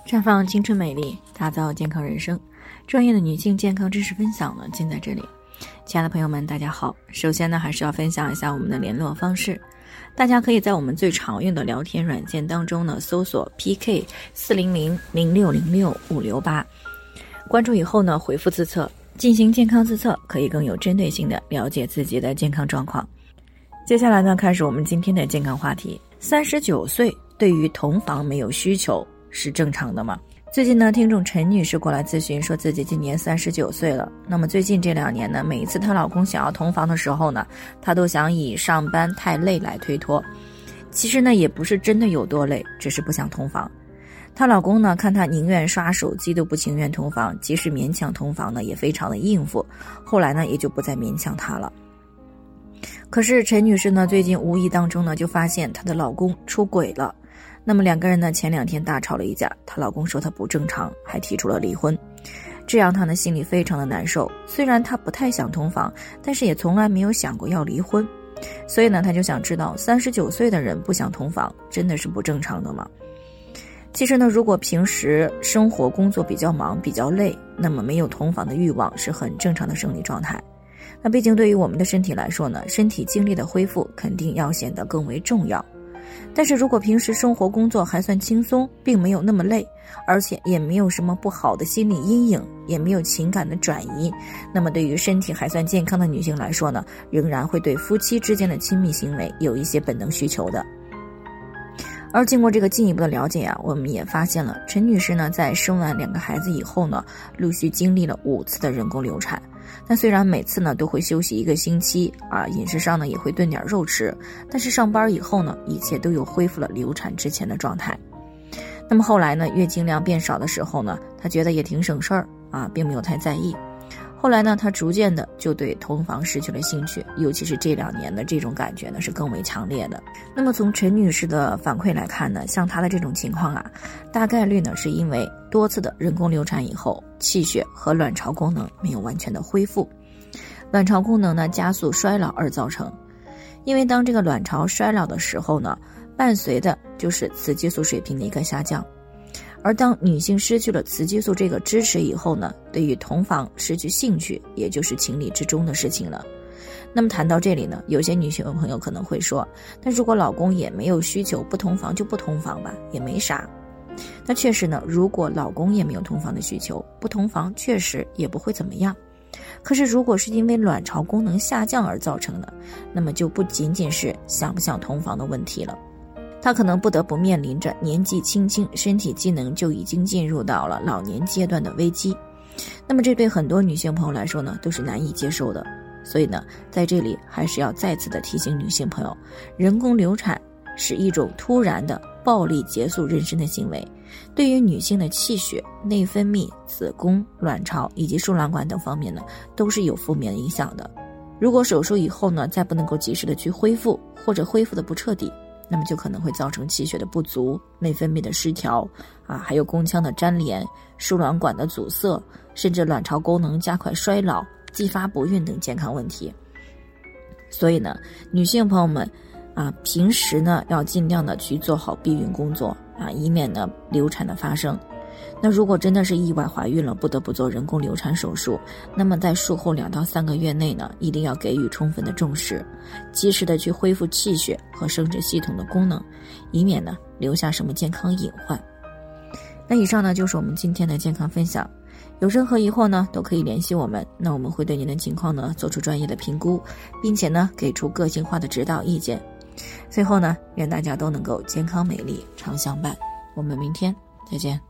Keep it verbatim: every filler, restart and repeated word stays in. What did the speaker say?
绽放青春美丽，打造健康人生，专业的女性健康知识分享呢，尽在这里。亲爱的朋友们，大家好。首先呢，还是要分享一下我们的联络方式。大家可以在我们最常用的聊天软件当中呢，搜索 P K 四零零零六零六五六八，关注以后呢，回复自测，进行健康自测，可以更有针对性的了解自己的健康状况。接下来呢，开始我们今天的健康话题。三十九岁对于同房没有需求是正常的吗？最近呢，听众陈女士过来咨询，说自己今年三十九岁了。那么最近这两年呢，每一次她老公想要同房的时候呢，她都想以上班太累来推脱。其实呢，也不是真的有多累，只是不想同房。她老公呢，看她宁愿刷手机都不情愿同房，即使勉强同房呢，也非常的应付。后来呢，也就不再勉强她了。可是陈女士呢，最近无意当中呢，就发现她的老公出轨了。那么两个人呢，前两天大吵了一架，她老公说她不正常，还提出了离婚。这样她呢，心里非常的难受。虽然她不太想同房，但是也从来没有想过要离婚。所以呢，她就想知道三十九岁的人不想同房，真的是不正常的吗？其实呢，如果平时生活工作比较忙比较累，那么没有同房的欲望是很正常的生理状态。那毕竟对于我们的身体来说呢，身体精力的恢复肯定要显得更为重要。但是如果平时生活工作还算轻松，并没有那么累，而且也没有什么不好的心理阴影，也没有情感的转移，那么对于身体还算健康的女性来说呢，仍然会对夫妻之间的亲密行为有一些本能需求的。而经过这个进一步的了解啊，我们也发现了陈女士呢，在生完两个孩子以后呢，陆续经历了五次的人工流产。那虽然每次呢都会休息一个星期啊，饮食上呢也会炖点肉吃，但是上班以后呢，一切都又恢复了流产之前的状态。那么后来呢，月经量变少的时候呢，她觉得也挺省事儿啊，并没有太在意。后来呢，她逐渐的就对同房失去了兴趣，尤其是这两年的这种感觉呢是更为强烈的。那么从陈女士的反馈来看呢，像她的这种情况啊，大概率呢是因为多次的人工流产以后，气血和卵巢功能没有完全的恢复，卵巢功能呢加速衰老而造成。因为当这个卵巢衰老的时候呢，伴随的就是雌激素水平的一个下降。而当女性失去了雌激素这个支持以后呢，对于同房失去兴趣，也就是情理之中的事情了。那么谈到这里呢，有些女性朋友可能会说，那如果老公也没有需求，不同房就不同房吧，也没啥。那确实呢，如果老公也没有同房的需求，不同房确实也不会怎么样。可是如果是因为卵巢功能下降而造成的，那么就不仅仅是想不想同房的问题了。他可能不得不面临着年纪轻轻，身体机能就已经进入到了老年阶段的危机。那么这对很多女性朋友来说呢，都是难以接受的。所以呢，在这里还是要再次的提醒女性朋友，人工流产是一种突然的暴力结束妊娠的行为，对于女性的气血、内分泌、子宫、卵巢以及输卵管等方面呢，都是有负面影响的。如果手术以后呢，再不能够及时的去恢复，或者恢复的不彻底，那么就可能会造成气血的不足、内分泌的失调啊，还有宫腔的粘连、输卵管的阻塞，甚至卵巢功能加快衰老、继发不孕等健康问题。所以呢，女性朋友们啊，平时呢要尽量的去做好避孕工作啊，以免呢流产的发生。那如果真的是意外怀孕了，不得不做人工流产手术，那么在术后两到三个月内呢，一定要给予充分的重视，及时的去恢复气血和生殖系统的功能，以免呢留下什么健康隐患。那以上呢就是我们今天的健康分享，有任何疑惑呢都可以联系我们，那我们会对您的情况呢做出专业的评估，并且呢给出个性化的指导意见。最后呢，愿大家都能够健康美丽常相伴。我们明天再见。